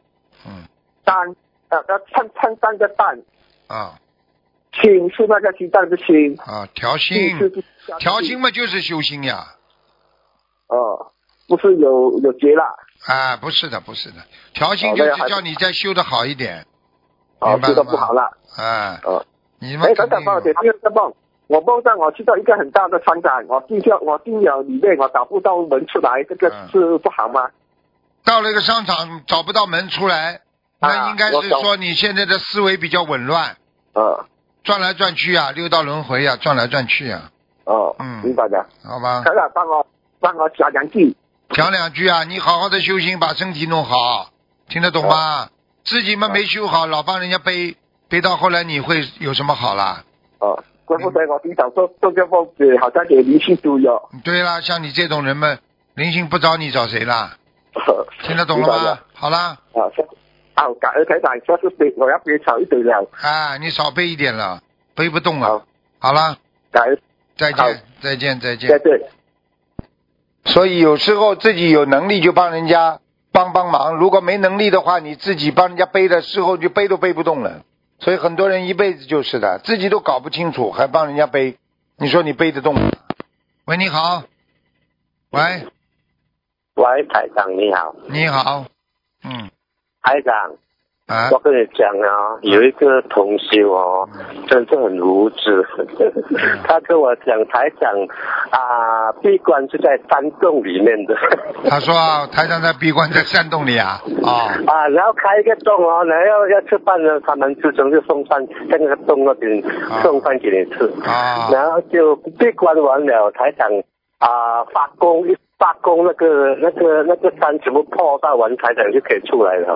唱单的单。心是那个心脏的心。 调心嘛就是修心呀。 不是有结了。 不是的，调心就是叫你再修得好一点。 修得不好了。 你们等等，帮我解第二个梦。我梦到我去到一个很大的商场，我进了里面，我找不到门出来，这个是不好吗？ 到了一个商场找不到门出来，那应该是说你现在的思维比较紊乱。 转来转去啊，六道轮回啊，转来转去啊。 哦，明白的。 好吧。 台长帮我讲两句。 讲两句啊，你好好的修行，把身体弄好，听得懂吗？自己嘛没修好，老帮人家背到后来，你会有什么好啦？ 怪不得我经常做这梦，好像有灵性都有。 对啦，像你这种人们，灵性不找你找谁啦？听得懂了吗？好啦。 感恩台长，下次我要背少一点了。 你少背一点了，背不动了。好啦， 感恩， 再见。 再见。 所以有时候自己有能力就帮人家帮忙，如果没能力的话，你自己帮人家背的时候就背都背不动了。所以很多人一辈子就是的，自己都搞不清楚，还帮人家背，你说你背得动吗？喂，你好。喂， 台长你好。 你好。 台长，我跟你讲啊，有一个同修哦，真的很无知。他跟我讲，台长闭关是在山洞里面的。 他说台长在闭关在山洞里啊。 然后开一个洞哦，然后要吃饭呢，他们师兄就送饭在那个洞那边送饭给你吃。然后就闭关完了，台长发功那个山全部破到完，台长就可以出来了。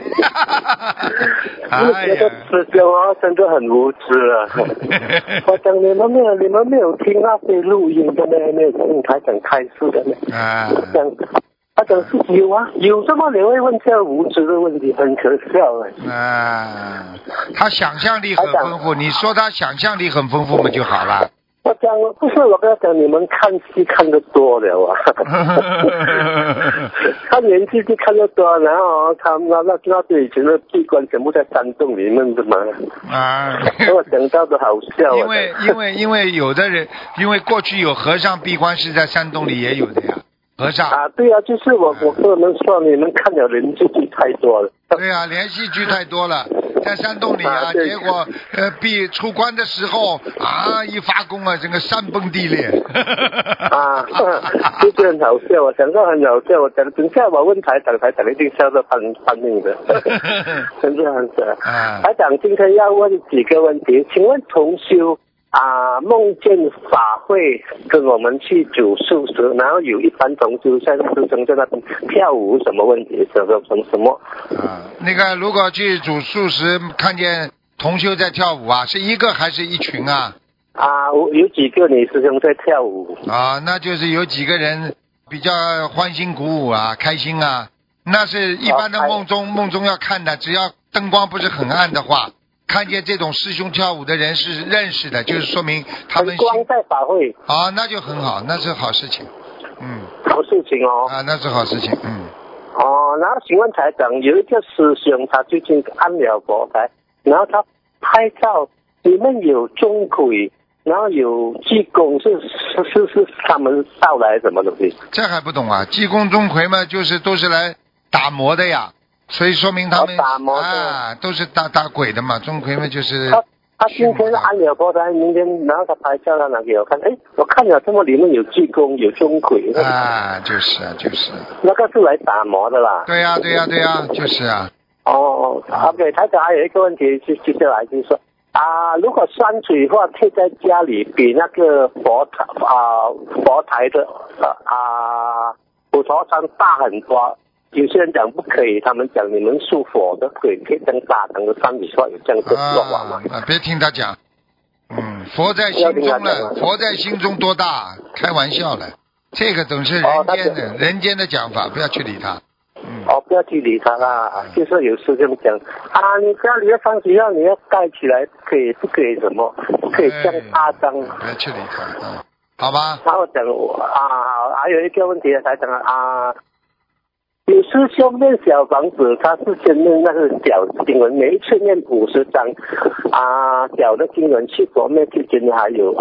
那个师兄哦，真的很无知啊！我讲你们没有听那些录音的呢，没有听台长开示的呢。他讲是有这么你会问这样无知的问题，很可笑他想象力很丰富，你说他想象力很丰富嘛就好了。 我讲不是，我跟他讲，你们看戏看得多了啊，他年纪就看得多，然后他那以前的闭关全部在山洞里面的嘛。我讲到的好笑。 因为有的人，因为过去有和尚闭关是在山洞里也有的呀。和尚对啊，就是我跟你们说，你们看了连续剧太多了。 对啊，连续剧太多了，在山洞里结果出关的时候一发功整个山崩地裂。 就是很好笑，我想到很好笑，我讲等下我问台长一定笑得翻命的。真的很笑。台长今天要问几个问题，请问同修梦见法会跟我们去煮素食，然后有一般同修在那边跳舞，什么问题？什么？ 那个如果去煮素食，看见同修在跳舞是一个还是一群有几个女师兄在跳舞那就是有几个人比较欢欣鼓舞开心那是一般的梦中要看的，只要灯光不是很暗的话。看见这种师兄跳舞的人是认识的，就是说明他们光在法会那就很好，那是好事情。 好事情哦。 那是好事情。 然后请问台长，有一个师兄他最近按了佛台，然后他拍照里面有钟馗，然后有济公，是他们到来什么东西？ 这还不懂济公钟馗嘛，就是都是来打磨的呀。所以说明他们都是打鬼的嘛，钟馗嘛就是他今天按了佛台，明天然后他拍照他拿给我看，我看了这么里面有济公有钟馗就是那个是来打磨的啦。 对呀就是 OK， 台长还有一个问题，接下来就是说如果山水画贴在家里比那个佛台的普陀山大很多，有些人讲不可以，他们讲你们属佛的可以这样大堂的山水画有这样的说法吗？ 别听他讲，佛在心中了，佛在心中多大？开玩笑了，这个总是人间的讲法，不要去理他。 不要去理他啦，就是有师兄讲你家里的山水画你要盖起来，不可以什么，不可以这样大张。 不要去理他，好吧？ 然后讲还有一个问题才讲有师兄念小房子，他是先念那个小经文，每一次念50章小的经文去佛灭之间还有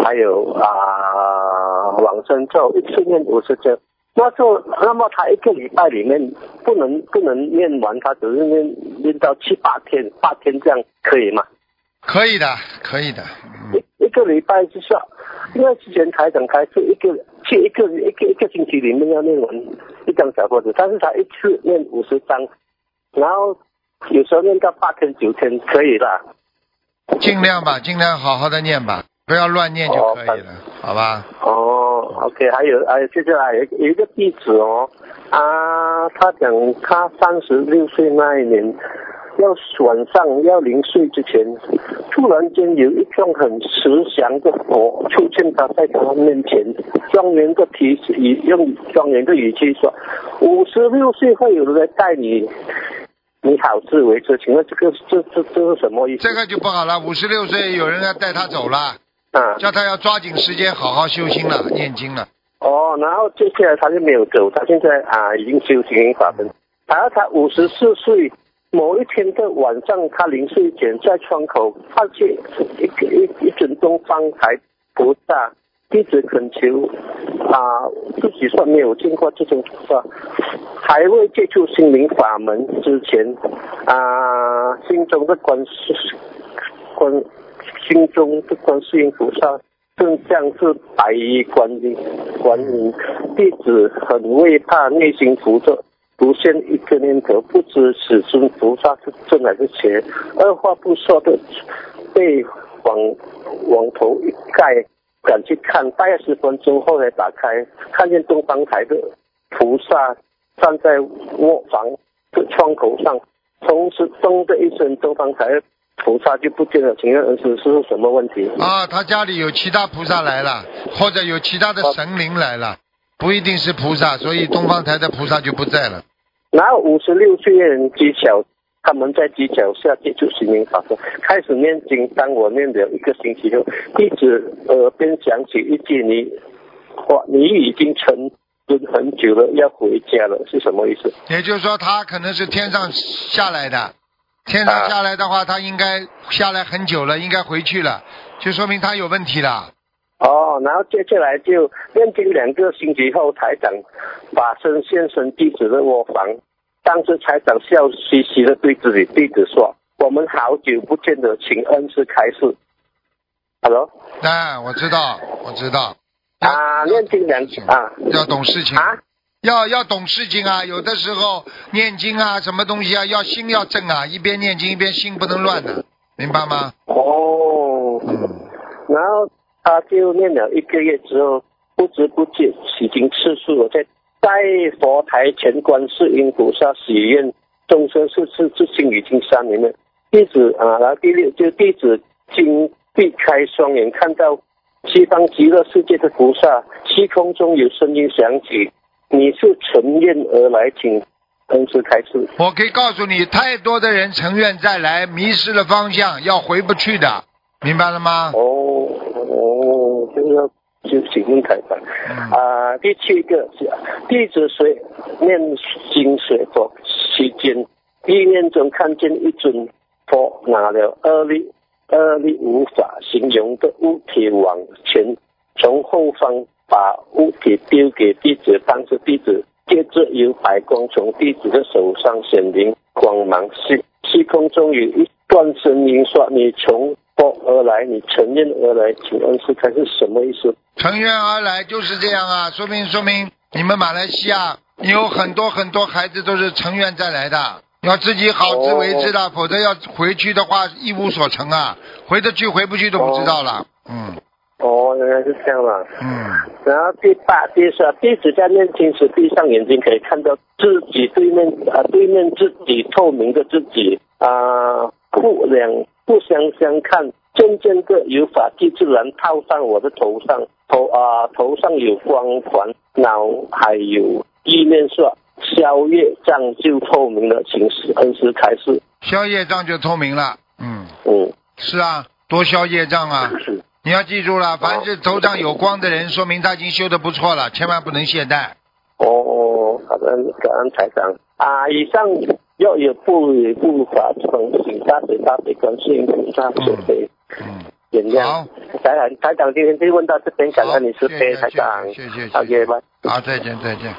往生咒，一次念50章。那么他一个礼拜里面不能念完，他只是念到7、8天，8天这样可以吗？ 可以的。 一个礼拜就是因为之前台长开始一个星期里面要念完1张小房子，但是他一次念50张，然后有时候念到8天9天可以啦。 尽量吧，尽量好好的念吧，不要乱念就可以了，好吧？ OK， 还有接下来有一个弟子他讲他36岁那一年，晚上要临睡之前，突然间有一幢很慈祥的佛出现在他面前，庄严的用庄严的语气说：“56岁会有人来带你好自为之。”请问这是什么意思？ 这个就不好了，56岁有人要带他走了，叫他要抓紧时间好好修心了，念经了。 然后接下来他就没有走，他现在已经修行法门。然后他54岁某一天的晚上，他临睡前在窗口发现一尊东方台菩萨，弟子恳求自己说没有见过这种菩萨，还未接触心灵法门之前心中的观世音菩萨正像是白衣观音，弟子很畏怕，内心浮着浮现一个念头，不知此尊菩萨是正还是邪，二话不说的被往头一盖，赶去看，大概10分钟后来打开，看见东方台的菩萨站在卧房的窗口上，同时咚的一声，东方台的菩萨就不见了。请问是什么问题？ 他家里有其他菩萨来了，或者有其他的神灵来了，不一定是菩萨，所以东方台的菩萨就不在了。 然后56岁的人技巧，他们在技巧下接触心灵法门，开始念经。当我念了1个星期后，弟子耳边响起一句你已经沉沦很久了，要回家了，是什么意思？ 也就是说他可能是天上下来的，天上下来的话他应该下来很久了，应该回去了，就说明他有问题了。 然后接下来就念经2个星期后，台长法身现身弟子的卧房，当时台长笑嘻嘻的对自己弟子说：“我们好久不见了，请恩师开示。” Hello？ 我知道。 念经要懂事情要懂事情有的时候念经什么东西要心要正一边念经一边心不能乱的，明白吗？ 然后他就念了1个月之后，不知不觉已经吃素了，在佛台前观世音菩萨许愿，终身世至今已经3年了。弟子然后第6就弟子经闭开双眼，看到西方极乐世界的菩萨，虚空中有声音响起：“你是乘愿而来，请恩师开示。” 我可以告诉你，太多的人乘愿再来，迷失了方向，要回不去的，明白了吗？ 就请问台长。第7个弟子念经学佛期间，意念中看见一尊佛拿了二力无法形容的物体往前，从后方把物体丢给弟子，当时弟子接着有白光从弟子的手上显灵，光芒虚空中有一段声音说：“你从佛而来，你乘愿而来，请恩师开示什么意思？” 乘愿而来就是这样说明你们马来西亚有很多孩子都是乘愿再来的，要自己好自为之的，否则要回去的话一无所成回得去回不去都不知道了。 原来是这样了。然后第8、第10，弟子在念经时闭上眼睛，可以看到自己对面自己透明的自己互相看，渐渐的有法器自然套上我的头上，头上有光环，脑还有意念说消业障就透明了，请恩师开示。 消业障就透明了。是多消业障你要记住了，凡是头上有光的人，说明他已经修得不错了，千万不能懈怠。 好的，感恩台长。以上要有不法奉行大悲观世音菩萨慈悲原谅。台长今天就问到这边，感恩你慈悲，台长。 谢谢。 OK，拜。 好，再见。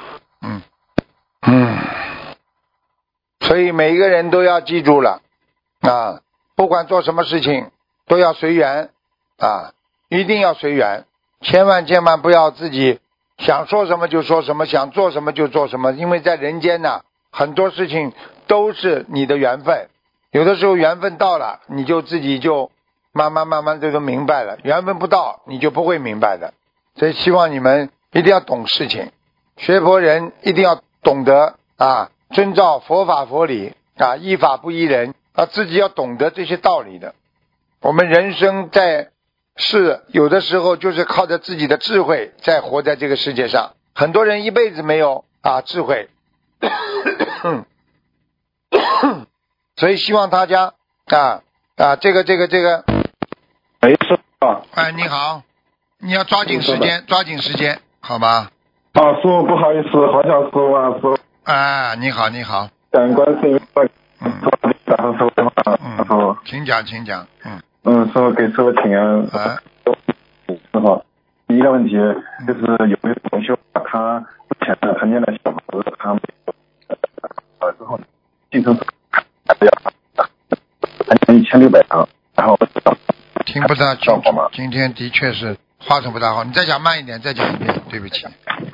所以每一个人都要记住了不管做什么事情都要随缘一定要随缘，千万不要自己想说什么就说什么，想做什么就做什么，因为在人间很多事情都是你的缘分，有的时候缘分到了，你就自己就慢慢就都明白了，缘分不到你就不会明白的。所以希望你们一定要懂事情，学佛人一定要懂得遵照佛法佛理依法不依人自己要懂得这些道理的。我们人生在世有的时候就是靠着自己的智慧在活在这个世界上，很多人一辈子没有智慧所以希望大家这个你好，你要抓紧时间好吧？ 师傅不好意思，好想师傅师傅。 你好。 感恩观世音菩萨。 请讲。 师傅给师傅请安。师傅，第一个问题就是有没有同修他之前他念的小房子他没有之后进城1600张，然后听不大清楚吗？今天的确是话筒不大好，你再讲慢一点，再讲一遍，对不起。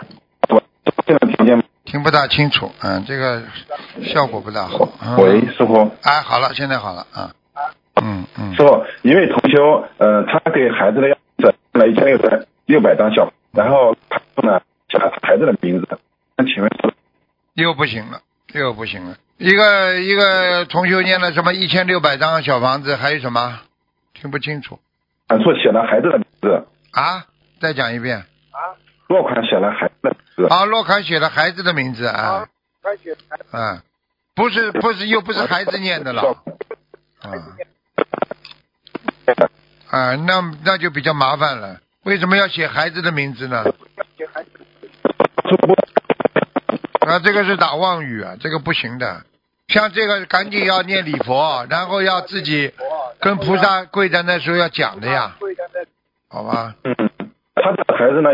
听不大清楚，这个效果不大好。 喂，师傅。 好了，现在好了师傅，一位同修，他给孩子的样子了1600张小，然后他呢写了孩子的名字，那请问又不行了。一个同修念了什么1600张小房子，还有什么听不清楚？ 说写了孩子的名字。 再讲一遍。 落款写了孩子的名字。 落款写了孩子的名字不是又不是孩子念的了那就比较麻烦了。为什么要写孩子的名字呢？这个是打妄语这个不行的。像这个赶紧要念礼佛，然后要自己跟菩萨跪在那时候要讲的呀，好吧？ 他的孩子呢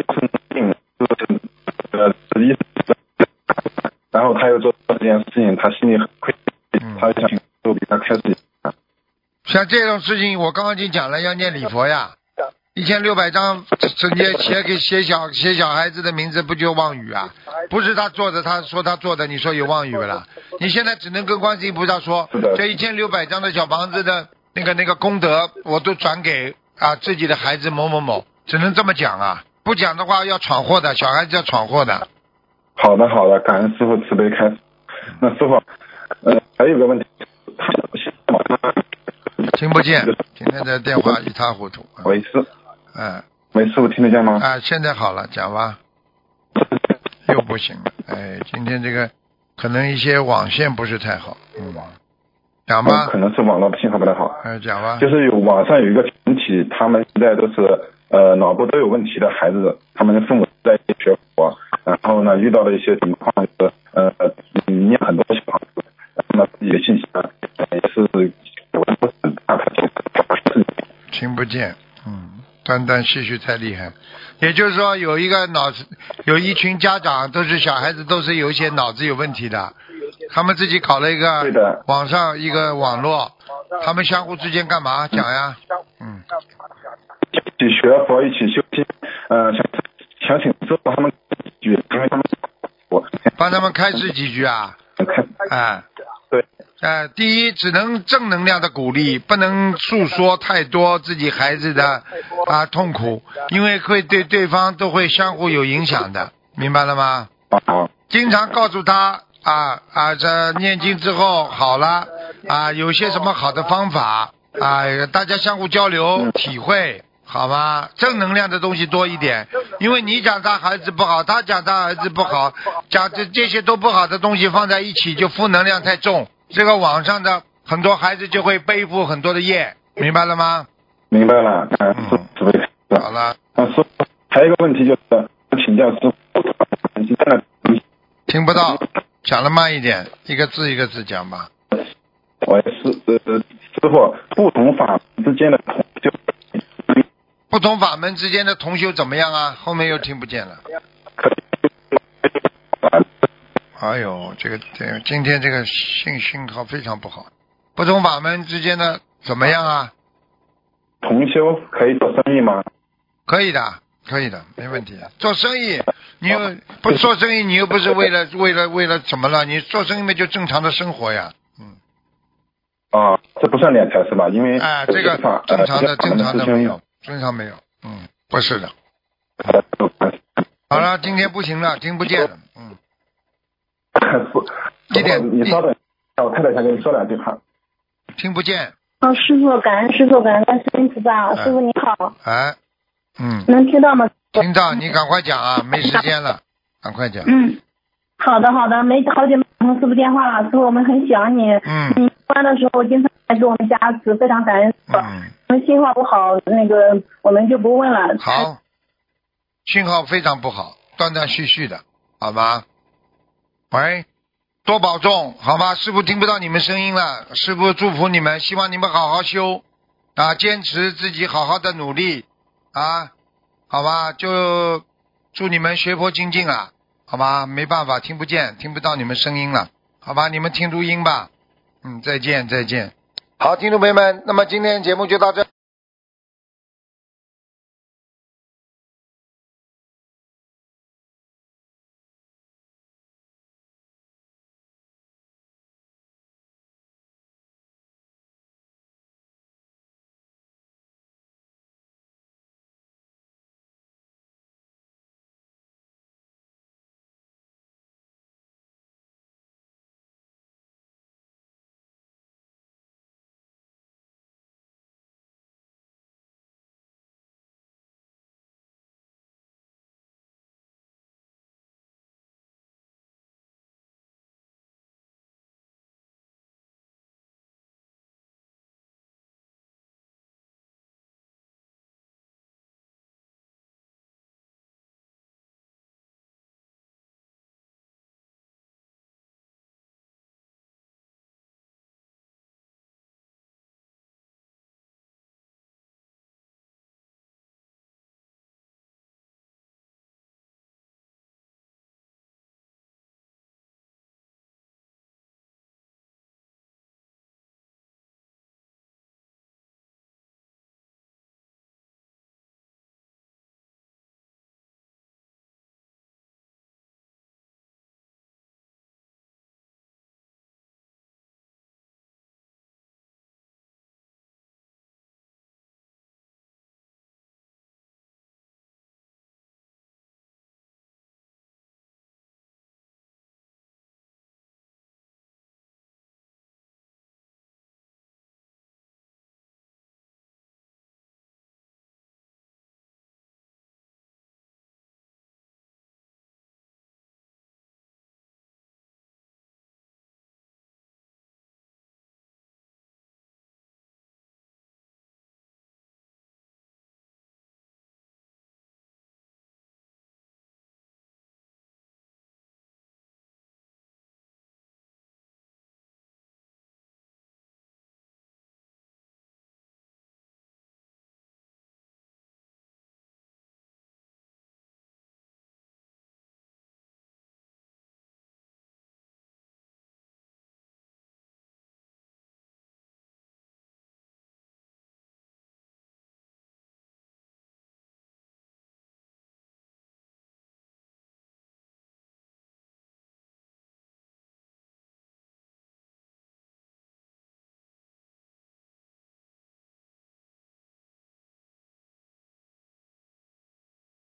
然后他又做这件事情，他心里很愧他想都比他开始。 像这种事情我刚刚已经讲了，要念礼佛呀。1600张直接写小孩子的名字，不就妄语不是他做的，他说他做的，你说有妄语了。你现在只能跟观世音菩萨说，这1600张的小房子的那个功德我都转给自己的孩子某某某，只能这么讲不讲的话要闯祸的，小孩子要闯祸的。 好的，感恩师父慈悲开示。那师父还有个问题， 听不见，今天的电话一塌糊涂。 喂，喂，师父听得见吗？ 现在好了，讲吧。又不行了，今天这个可能一些网线不是太好，讲吧。 可能是网络信号不太好。 讲吧。 就是网上有一个群体，他们现在都是脑部都有问题的孩子，他们的父母在学佛，然后呢遇到了一些情况，念很多小房子，那么自己的信息也是很大的听不见，断断续续太厉害。也就是说有一群家长都是小孩子，都是有一些脑子有问题的，他们自己搞了一个网上一个网络，他们相互之间干嘛讲呀？ 一起学佛，一起修心，想请师傅他们几句，因为他们帮他们开示几句对。 第一，只能正能量的鼓励，不能诉说太多自己孩子的痛苦，因为会对对方都会相互有影响的，明白了吗？经常告诉他这念经之后好了有些什么好的方法大家相互交流体会，好吗？正能量的东西多一点，因为你讲他孩子不好，他讲他儿子不好，讲这些都不好的东西放在一起，就负能量太重，这个网上的很多孩子就会背负很多的业，明白了吗？ 明白了。 好了。 师傅，还有一个问题就是请教师傅， 听不到，讲得慢一点，一个字一个字讲吧。 师傅，不同法门之间的同修， 不同法门之间的同修怎么样后面又听不见了。哎呦，这个今天这个信号非常不好。不同法门之间的怎么样同修可以做生意吗？ 可以的，没问题。做生意，你又不做生意，你又不是为了什么了？你做生意嘛就正常的生活呀。 啊，这不算敛财是吧？因为这个正常的没有，正常没有，不是的。好了，今天不行了，听不见了， 一点，你稍等，我太太想跟你说两句话。 听不见。 师傅，感恩师傅，感恩观世音菩萨，师傅你好。 能听到吗？ 听到，你赶快讲啊，没时间了，赶快讲。 好的，没好久没通师傅电话了，师傅我们很想你。你关的时候经常来给我们加持，非常感恩师傅。我们信号不好，我们就不问了。 好，信号非常不好，断断续续的，好吧？喂，多保重，好吧？师傅听不到你们声音了，师傅祝福你们，希望你们好好修啊，坚持自己好好的努力啊，好吧？就祝你们学佛精进了。好吧，没办法，听不到你们声音了，好吧，你们听录音吧。再见。好，听众朋友们，那么今天节目就到这。